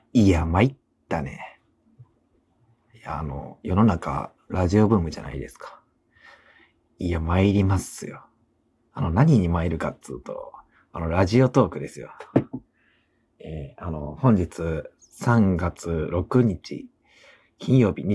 いや、参ったね。いや、世の中、ラジオブームじゃないですか。いや、参りますよ。何に参るかっつうと、ラジオトークですよ。本日、3月6日、金曜日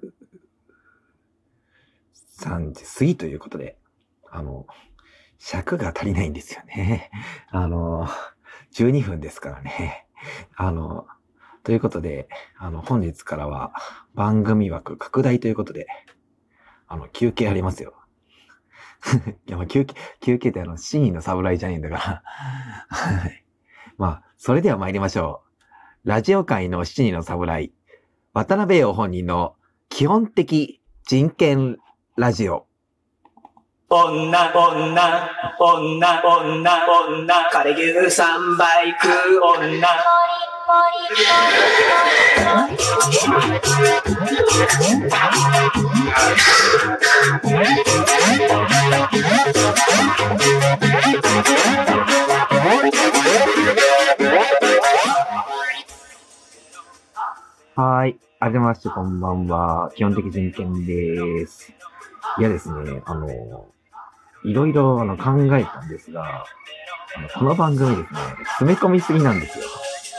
23時過ぎということで、尺が足りないんですよね。12分ですからね。ということで、本日からは番組枠拡大ということで、休憩ありますよ。いや、まあ、休憩って真意の侍じゃねえんだから。はい。まあ、それでは参りましょう。ラジオ界の七人の侍、渡辺陽本人の基本的人権ラジオ。 女、枯れ牛3倍食う女。 はい。ありまして、こんばんは。基本的人権です。いやですね、いろいろ考えたんですが、この番組ですね、詰め込みすぎなんですよ。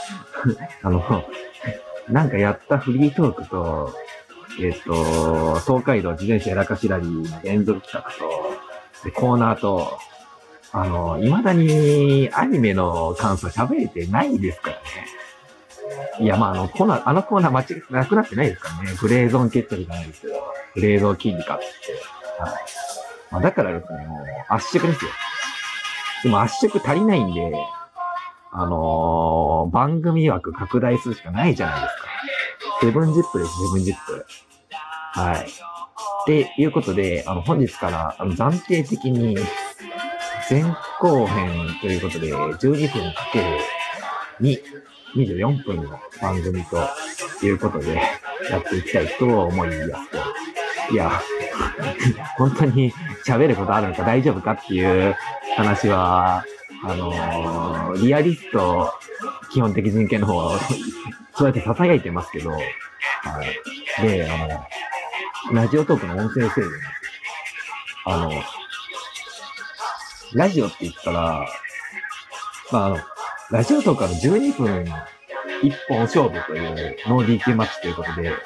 なんかやったフリートークと、東海道自転車やらかしラリーの連続企画と、でコーナーと、未だにアニメの感想喋れてないですからね。いや、まあ、あのコーナー間違いなくなってないですからね。グレーゾーン決闘じゃないですけど、グレーゾーン金利かって。はい。まあ、だからですね、もう圧縮ですよ。でも圧縮足りないんで、番組枠拡大するしかないじゃないですか。セブンジップです、セブンジップ。はい。っていうことで、本日から、暫定的に、前後編ということで、12分かける2、24分の番組ということで、やっていきたいと思います。いや、本当に喋ることあるのか大丈夫かっていう話は、リアリスト基本的人権の方は、そうやって囁いてますけど、はい。で、ラジオトークの音声制限。あの、ラジオって言ったら、まあ、ラジオトークは12分一本勝負というノー DQ マッチということで、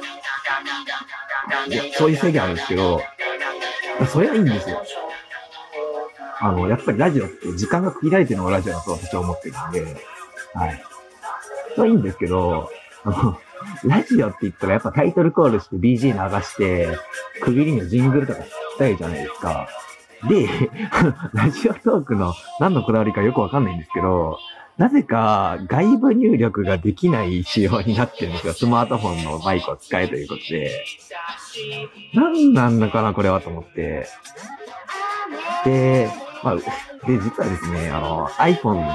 そういう制限あるんですけど、それはいいんですよ。やっぱりラジオって時間が区切られてるのがラジオだと私は思ってるんで、はい。それはいいんですけど、ラジオって言ったらやっぱタイトルコールして BG 流して、区切りのジングルとか聞きたいじゃないですか。で、ラジオトークの何のこだわりかよくわかんないんですけど、なぜか外部入力ができない仕様になってるんですよ。スマートフォンのマイクを使えということで。何なんだかな、これはと思って。で、まあ、で、実はですね、iPhone の、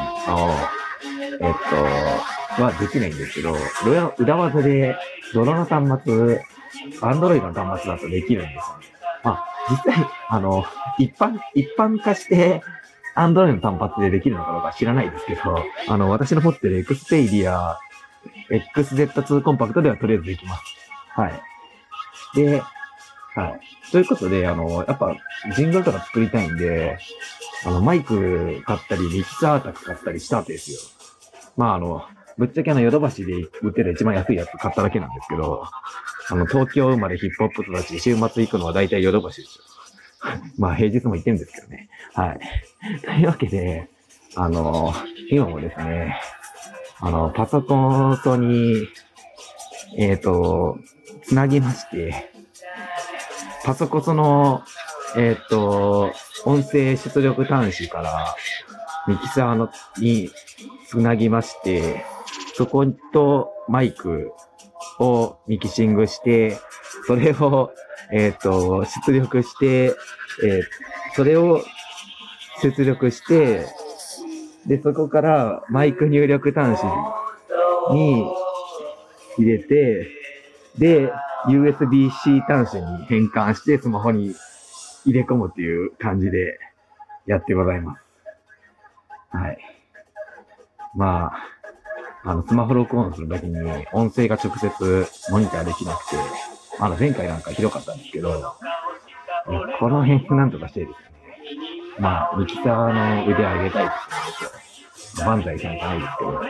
はできないんですけど、裏技で、泥の端末、Android の端末だとできるんですよね。まあ、実際、一般化して、Android の端末でできるのかどうか知らないですけど、私の持ってる Xperia XZ2 コンパクトではとりあえずできます。はい。で、はい。ということで、やっぱ、ジングルとか作りたいんで、マイク買ったり、ミキサー宅買ったりしたわけですよ。まあ、ぶっちゃけヨドバシで売ってる一番安いやつ買っただけなんですけど、東京生まれヒップホップ育ち、週末行くのは大体ヨドバシですよ。まあ、平日も行ってるんですけどね。はい。というわけで、今もですね、パソコンとに、つなぎまして、パソコンの、音声出力端子からミキサーにつなぎまして、そことマイクをミキシングして、それを、出力して、それを出力して、で、そこからマイク入力端子に入れて、で、USB-C 端子に変換してスマホに入れ込むっていう感じでやってございます。はい。まあ、 スマホ録音するときに音声が直接モニターできなくて、前回なんかひどかったんですけど、この辺なんとかしてですね、ミキサーの腕上げたいって万歳さんじゃないですけど、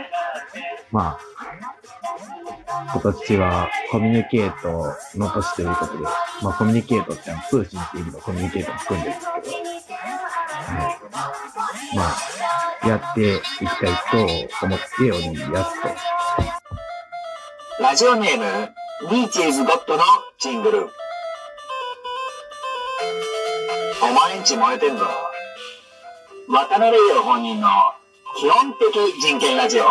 今年はコミュニケートの年ということで、コミュニケートって通信っていう意味のコミュニケートも含んでるんですけど、やっていきたいと思っておりますと。 ラジオネーム、リーチーズゴッドのジングル。お前んち燃えてんぞ。渡辺優本人の基本的人権ラジオ。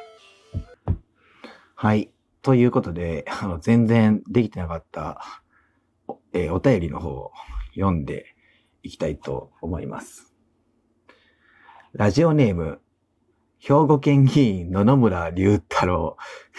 はい。ということで、全然できてなかったお便りの方を読んでいきたいと思います。ラジオネーム、兵庫県議員野々村隆太郎。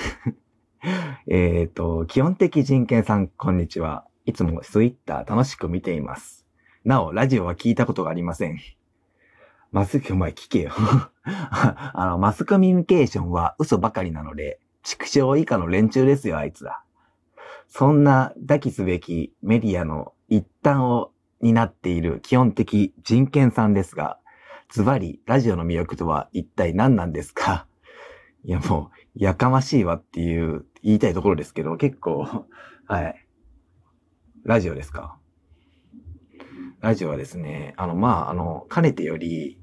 基本的人権さん、こんにちは。いつもツイッター楽しく見ています。なお、ラジオは聞いたことがありません。お前聞けよ。マスコミュニケーションは嘘ばかりなので、畜生以下の連中ですよ、あいつら。そんな抱きすべきメディアの一端を担っている基本的人権さんですが、ズバリラジオの魅力とは一体何なんですか？いやもう、やかましいわっていう言いたいところですけど、結構、はい。ラジオですか？ラジオはですね、かねてより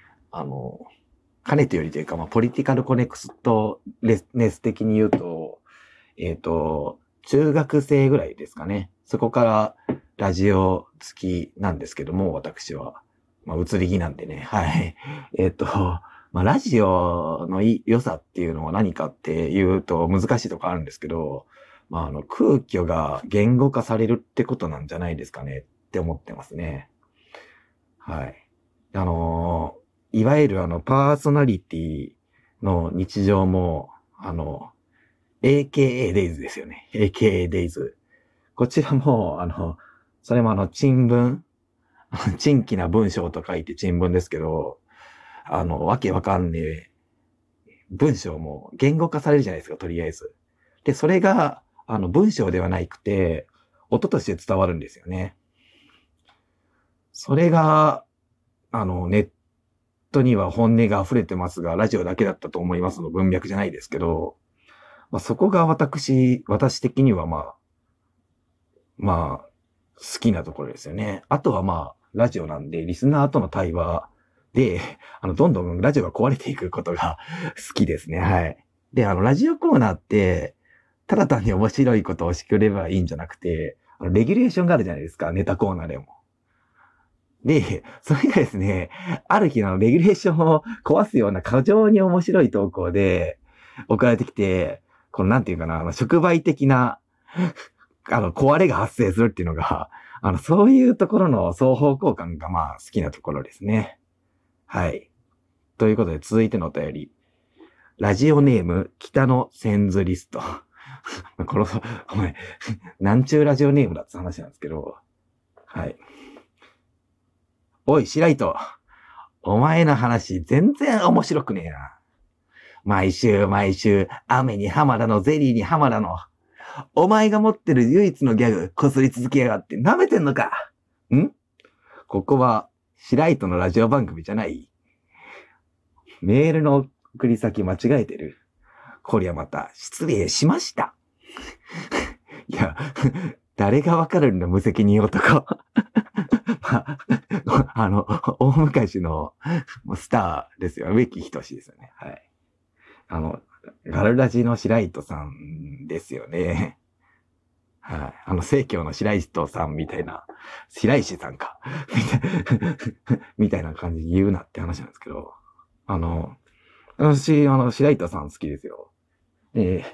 というか、ポリティカルコネクトネス的に言うと、中学生ぐらいですかね。そこからラジオ好きなんですけども、私は。移り気なんでね。はい。ラジオの良さっていうのは何かっていうと難しいとこあるんですけど、空虚が言語化されるってことなんじゃないですかねって思ってますね。はい。いわゆるパーソナリティの日常も、AKA デイズですよね。AKA デイズ。こちらも、それも珍文珍奇な文章と書いて珍文ですけど、わけわかんねえ文章も言語化されるじゃないですか、とりあえず。で、それが、文章ではなくて、音として伝わるんですよね。それが、ネットには本音が溢れてますが、ラジオだけだったと思いますの文脈じゃないですけど、そこが私的には好きなところですよね。あとはラジオなんで、リスナーとの対話で、どんどんラジオが壊れていくことが好きですね。はい。で、ラジオコーナーって、ただ単に面白いことをしてくればいいんじゃなくて、レギュレーションがあるじゃないですか、ネタコーナーでも。で、それがですね、ある日レギュレーションを壊すような過剰に面白い投稿で送られてきて、なんていうかな、触媒的な、壊れが発生するっていうのが、そういうところの双方向感が好きなところですね。はい。ということで続いてのお便り。ラジオネーム、北のセンズリスト。お前、なんちゅうラジオネームだって話なんですけど、はい。おい、白糸。お前の話全然面白くねえな。毎週、雨に浜田のゼリーに浜田の。お前が持ってる唯一のギャグ、こすり続けやがって舐めてんのか？ここは、白糸のラジオ番組じゃない？メールの送り先間違えてる。こりゃまた、失礼しました。いや、誰がわかるんだ、無責任男。大昔のスターですよ。植木仁ですよね。はい。ガルラジの白糸さんですよね。はい。生協の白糸さんみたいな、白石さんか。みたいな感じに言うなって話なんですけど。私、白糸さん好きですよ。で、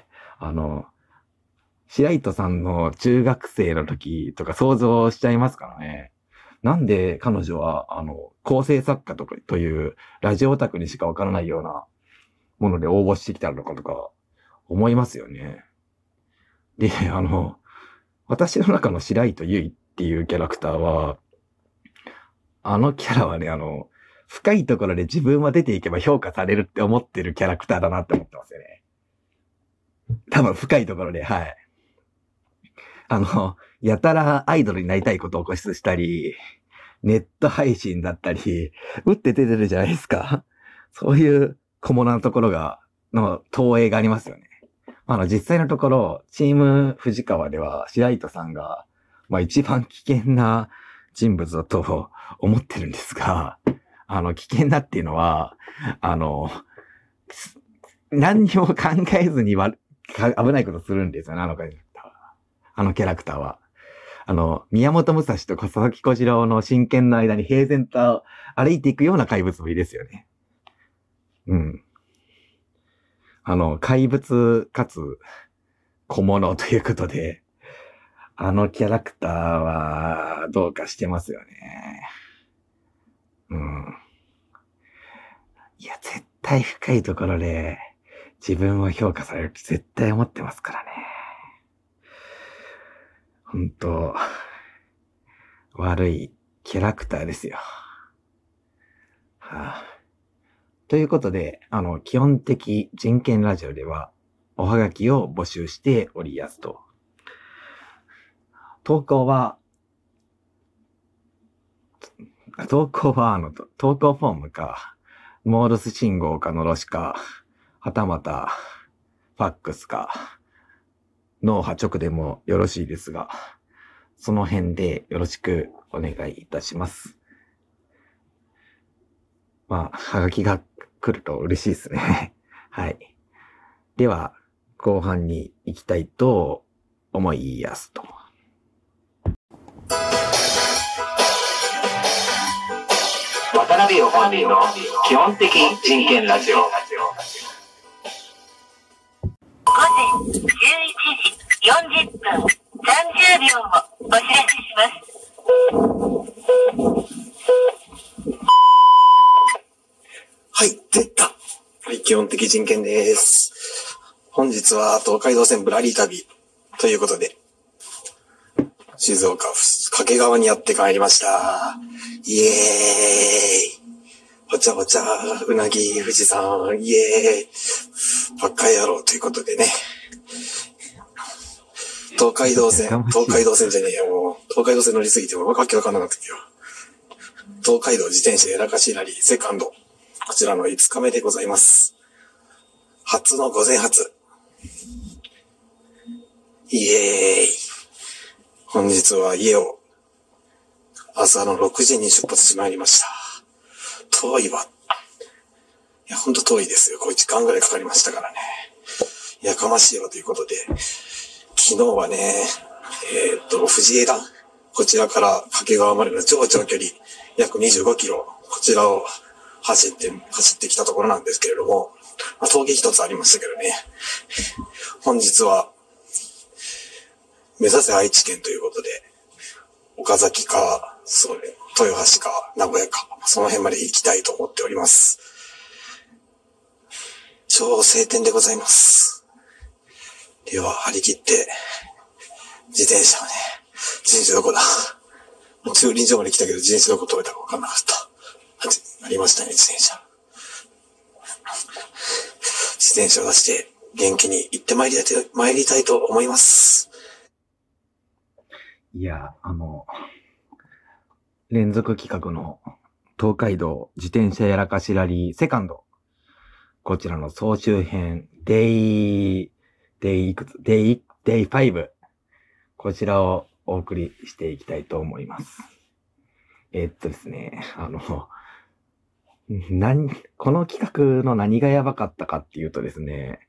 白糸さんの中学生の時とか想像しちゃいますからね。なんで彼女は、構成作家というラジオオタクにしかわからないようなもので応募してきたのかとか思いますよね。で、私の中の白糸結衣っていうキャラクターは、キャラはね、 深いところで自分は出ていけば評価されるって思ってるキャラクターだなって思ってますよね。多分深いところで、はい。やたらアイドルになりたいことを固執したり、ネット配信だったり、打って出てるじゃないですか。そういう小物なところの投影がありますよね。実際のところ、チーム藤川では、白糸さんが、一番危険な人物だと思ってるんですが、危険だっていうのは、何にも考えずに危ないことするんですよね、あのキャラクターは。宮本武蔵と佐々木小次郎の真剣の間に平然と歩いていくような怪物ぶりですよね。うん。怪物かつ小物ということで、あのキャラクターはどうかしてますよね。うん。いや、絶対深いところで自分を評価されるって絶対思ってますからね。本当悪いキャラクターですよ。ということで、基本的人権ラジオでは、おはがきを募集しておりやすと。投稿は投稿フォームか、モールス信号かのろしか、はたまた、ファックスか、脳波直でもよろしいですが、その辺でよろしくお願いいたします。はがきが来ると嬉しいですね。はい。では、後半に行きたいと思いやすと。 渡辺陽本人の基本的人権ラジオ。 午前11時40分30秒をお知らせします。 はい、出た。はい、基本的人権です。本日は東海道線ぶらり旅ということで、静岡府掛川にやってまいりました。イエーイ。お茶お茶、うなぎ、富士山、イエーイ。ばっかりやろうということでね。東海道線じゃねえよ、もう。東海道線乗りすぎてもわけわかんなかったけど。東海道自転車やらかしラリーセカンド。こちらの5日目でございます。初の午前発。イエーイ。本日は家を朝の6時に出発しまいりました。遠いわ。いや、ほんと遠いですよ。これ1時間ぐらいかかりましたからね。やかましいわということで、昨日はね、藤枝、こちらから掛川までの超長距離、約25キロ、こちらを走ってきたところなんですけれども、峠一つありましたけどね。本日は、目指せ愛知県ということで、岡崎か、豊橋か、名古屋か、その辺まで行きたいと思っております。超晴天でございます。では、張り切って、自転車どこだ？駐輪場まで来たけど、自転車どこ止めたか分かんなかった。ありましたね、自転車。自転車を出して、元気に行って参りたいと思います。 いや、連続企画の東海道自転車やらかしラリーセカンド。こちらの総集編、デイ5。こちらをお送りしていきたいと思います。ですね、この企画の何がやばかったかっていうとですね、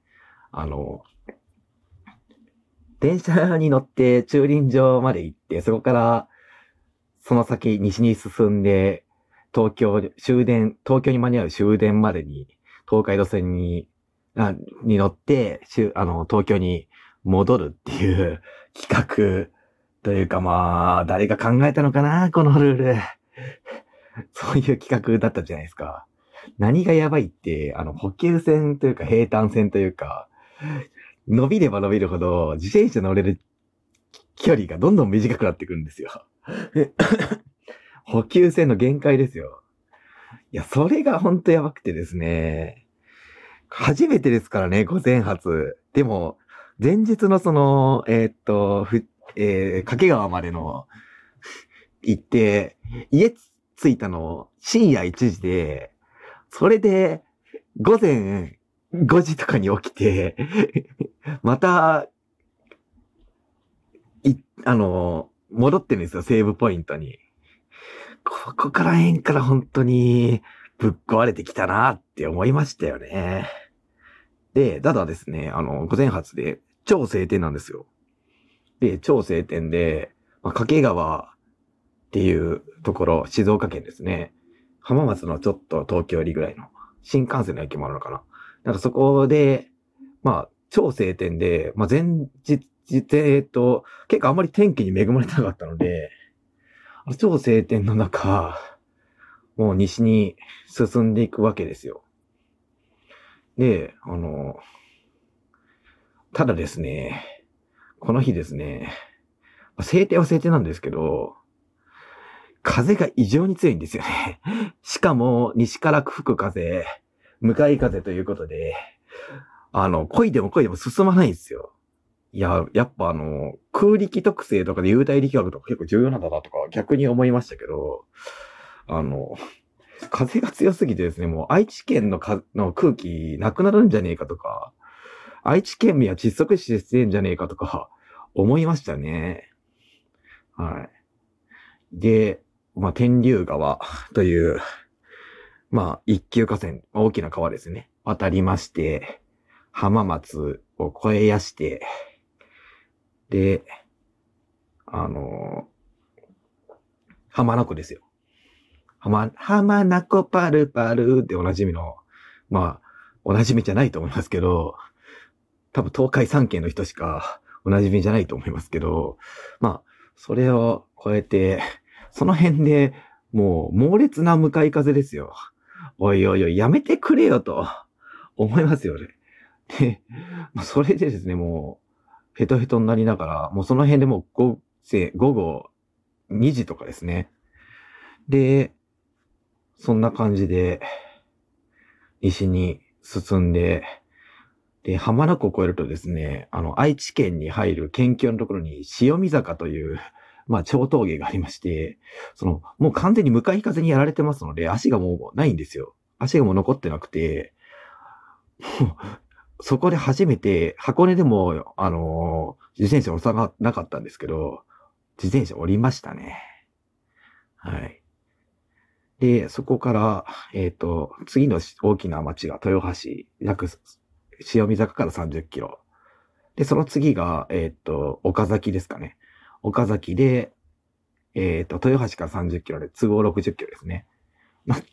電車に乗って駐輪場まで行って、そこからその先西に進んで、東京に間に合う終電までに、東海道線に乗って、東京に戻るっていう企画というか、誰が考えたのかな、このルール。そういう企画だったじゃないですか。何がやばいって、補給線というか平坦線というか、伸びれば伸びるほど自転車乗れる距離がどんどん短くなってくるんですよ。補給線の限界ですよ。 いや、それがほんとやばくてですね。初めてですからね、午前発。でも、前日のその、掛川までの、行って、家着いたの深夜1時で、それで、午前5時とかに起きて、また、戻ってるんですよ、セーブポイントに。ここから辺から本当にぶっ壊れてきたなって思いましたよね。で、ただですね、午前発で超晴天なんですよ。で、超晴天で、掛川っていうところ、静岡県ですね。浜松のちょっと東京よりぐらいの新幹線の駅もあるのかな。なんかそこで、超晴天で、前日、結構あんまり天気に恵まれてなかったので、超晴天の中、もう西に進んでいくわけですよ。で、ただですね、この日ですね、晴天は晴天なんですけど、風が異常に強いんですよね。しかも、西から吹く風、向かい風ということで、漕いでも進まないんですよ。いや、やっぱ空力特性とかで幽体力学とか結構重要なんだなとか逆に思いましたけど、風が強すぎてですね、もう愛知県の空気なくなるんじゃねえかとか、愛知県民は窒息死してんじゃねえかとか思いましたね。はい。で、天竜川という、一級河川、大きな川ですね。渡りまして、浜松を越えやして、で、浜名湖ですよ。浜名湖パルパルでおなじみの、おなじみじゃないと思いますけど、多分東海3県の人しかおなじみじゃないと思いますけど、それを越えて、その辺でもう猛烈な向かい風ですよ。おいおいおい、やめてくれよと思いますよね。で、それでですね、もう、ヘトヘトになりながら、もうその辺でもう午後2時とかですね。で、そんな感じで、西に進んで、で、浜名湖を越えるとですね、愛知県に入る県境のところに塩見坂という、超峠がありまして、もう完全に向かい風にやられてますので、足がもうないんですよ。足がもう残ってなくて、そこで初めて、箱根でも、自転車押さなかったんですけど、自転車降りましたね。はい。で、そこから、次の大きな町が豊橋、塩見坂から30キロ。で、その次が、岡崎ですかね。岡崎で、豊橋から30キロで都合60キロですね。なって、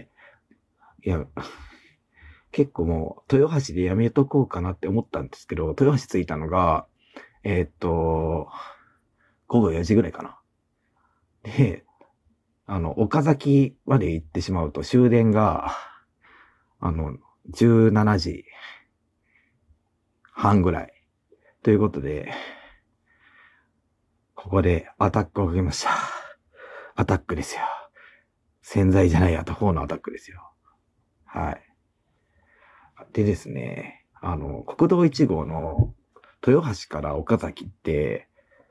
いや、結構もう、豊橋でやめとこうかなって思ったんですけど、豊橋着いたのが、午後4時ぐらいかな。で、岡崎まで行ってしまうと終電が、17時半ぐらい。ということで、ここでアタックをかけました。アタックですよ。潜在じゃないアタックのアタックですよ。はい。でですね、国道1号の豊橋から岡崎って、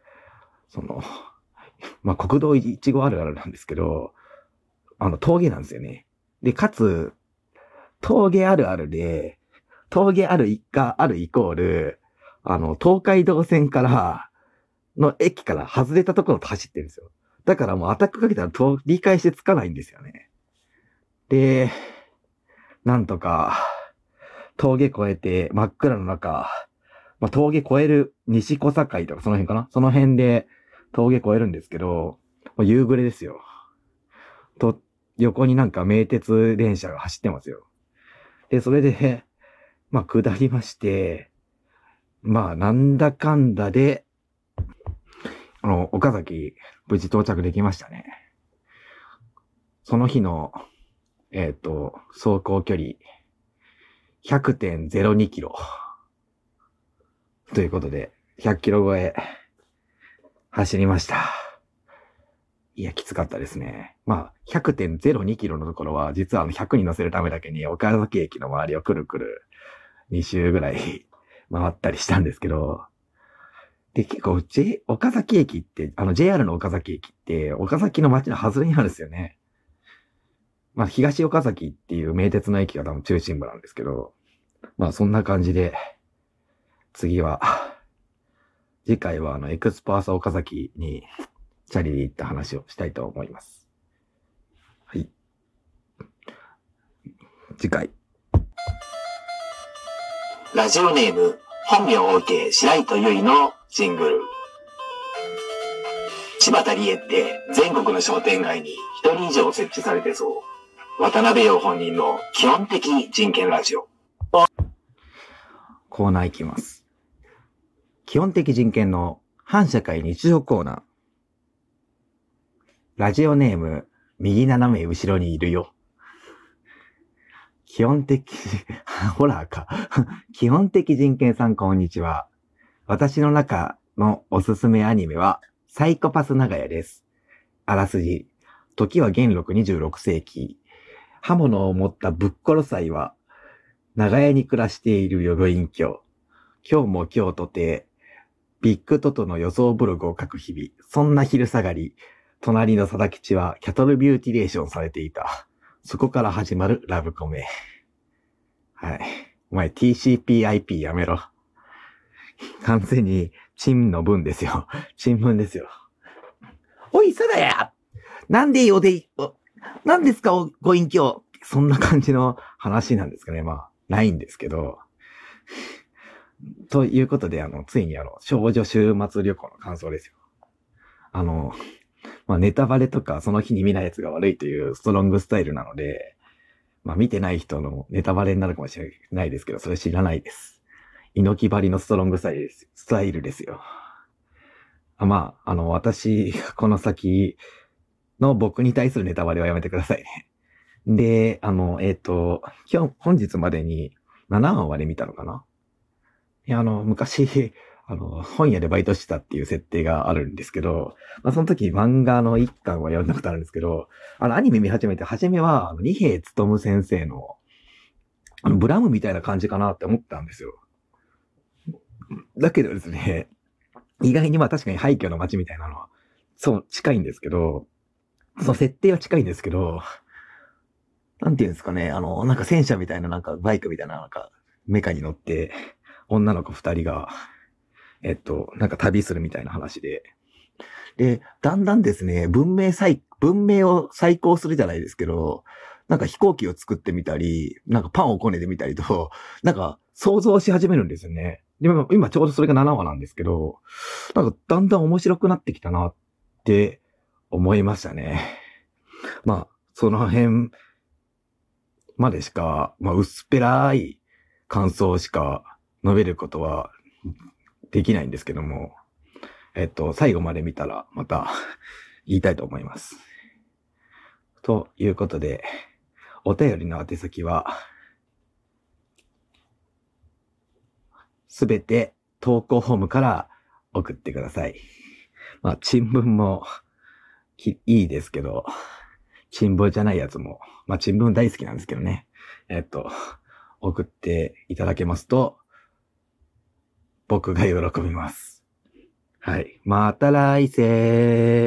国道1号あるあるなんですけど、峠なんですよね。で、かつ、峠あるあるで、峠あるイコール、東海道線の駅から外れたところと走ってるんですよ。だからもうアタックかけたら取り返してつかないんですよね。で、なんとか、峠越えて真っ暗の中、峠越える西小堺とかその辺かな、その辺で峠越えるんですけど、もう夕暮れですよ。横になんか名鉄電車が走ってますよ。で、それで、下りまして、なんだかんだで、岡崎、無事到着できましたね。その日の、走行距離、100.02 キロ。ということで、100キロ超え、走りました。 いや、きつかったですね。まあ、100.02 キロのところは、実は100に乗せるためだけに、岡崎駅の周りをくるくる2周ぐらい回ったりしたんですけど、で、結構、岡崎駅って、JR の岡崎駅って、岡崎の街の外れにあるんですよね。まあ、東岡崎っていう名鉄の駅が多分中心部なんですけど、まあ、そんな感じで、次回はエクスパーサ岡崎に、チャリで行った話をしたいと思います。はい。次回。 ラジオネーム、本名 OK 白糸結衣のジングル。柴田理恵って全国の商店街に1人以上設置されてそう。渡辺陽本人の基本的人権ラジオ。 コーナー行きます。基本的人権の反社会日常コーナー。ラジオネーム、右斜め後ろにいるよ。基本的、ホラーか。基本的人権さんこんにちは。私の中のおすすめアニメは、サイコパス長屋です。あらすじ。時は元禄26世紀。刃物を持ったぶっ殺さいは、長屋に暮らしている淀隠居。今日も今日とて、ビッグトトの予想ブログを書く日々。そんな昼下がり。隣の貞吉はキャトルビューティレーションされていた。そこから始まるラブコメ。はい。お前 TCP/IP やめろ。完全にチンの文ですよ。チン文ですよ。おい、貞やなんでなんですかご隠居。そんな感じの話なんですかね。まあ、ないんですけど。ということで、ついに少女週末旅行の感想ですよ。まあ、ネタバレとかその日に見ないやつが悪いというストロングスタイルなので、まあ見てない人のネタバレになるかもしれないですけど、それ知らないです。猪木張りのストロングスタイルですよ。まあ、私、この先の僕に対するネタバレはやめてくださいね。で、本日までに7話まで見たのかな。いや、昔、本屋でバイトしてたっていう設定があるんですけど、まあ、その時漫画の一巻は読んだことあるんですけど、アニメ見始めて、初めは、二瓶勉先生の、ブラムみたいな感じかなって思ったんですよ。だけどですね、意外にまあ確かに廃墟の街みたいなのは、そう、近いんですけど、その設定は近いんですけど、なんていうんですかね、なんか戦車みたいななんかバイクみたいななんかメカに乗って、女の子2人が、なんか旅するみたいな話で。で、だんだんですね、文明を再興するじゃないですけど、なんか飛行機を作ってみたり、なんかパンをこねてみたりと、なんか想像し始めるんですよね。でも今ちょうどそれが7話なんですけど、なんかだんだん面白くなってきたなって思いましたね。まあ、その辺までしか、まあ薄っぺらい感想しか述べることはできないんですけども、最後まで見たらまた言いたいと思います。ということで、お便りの宛先は、すべて投稿フォームから送ってください。まあ、珍文もいいですけど、珍文じゃないやつも、まあ、珍文大好きなんですけどね。送っていただけますと、僕が喜びます。はい。また来世。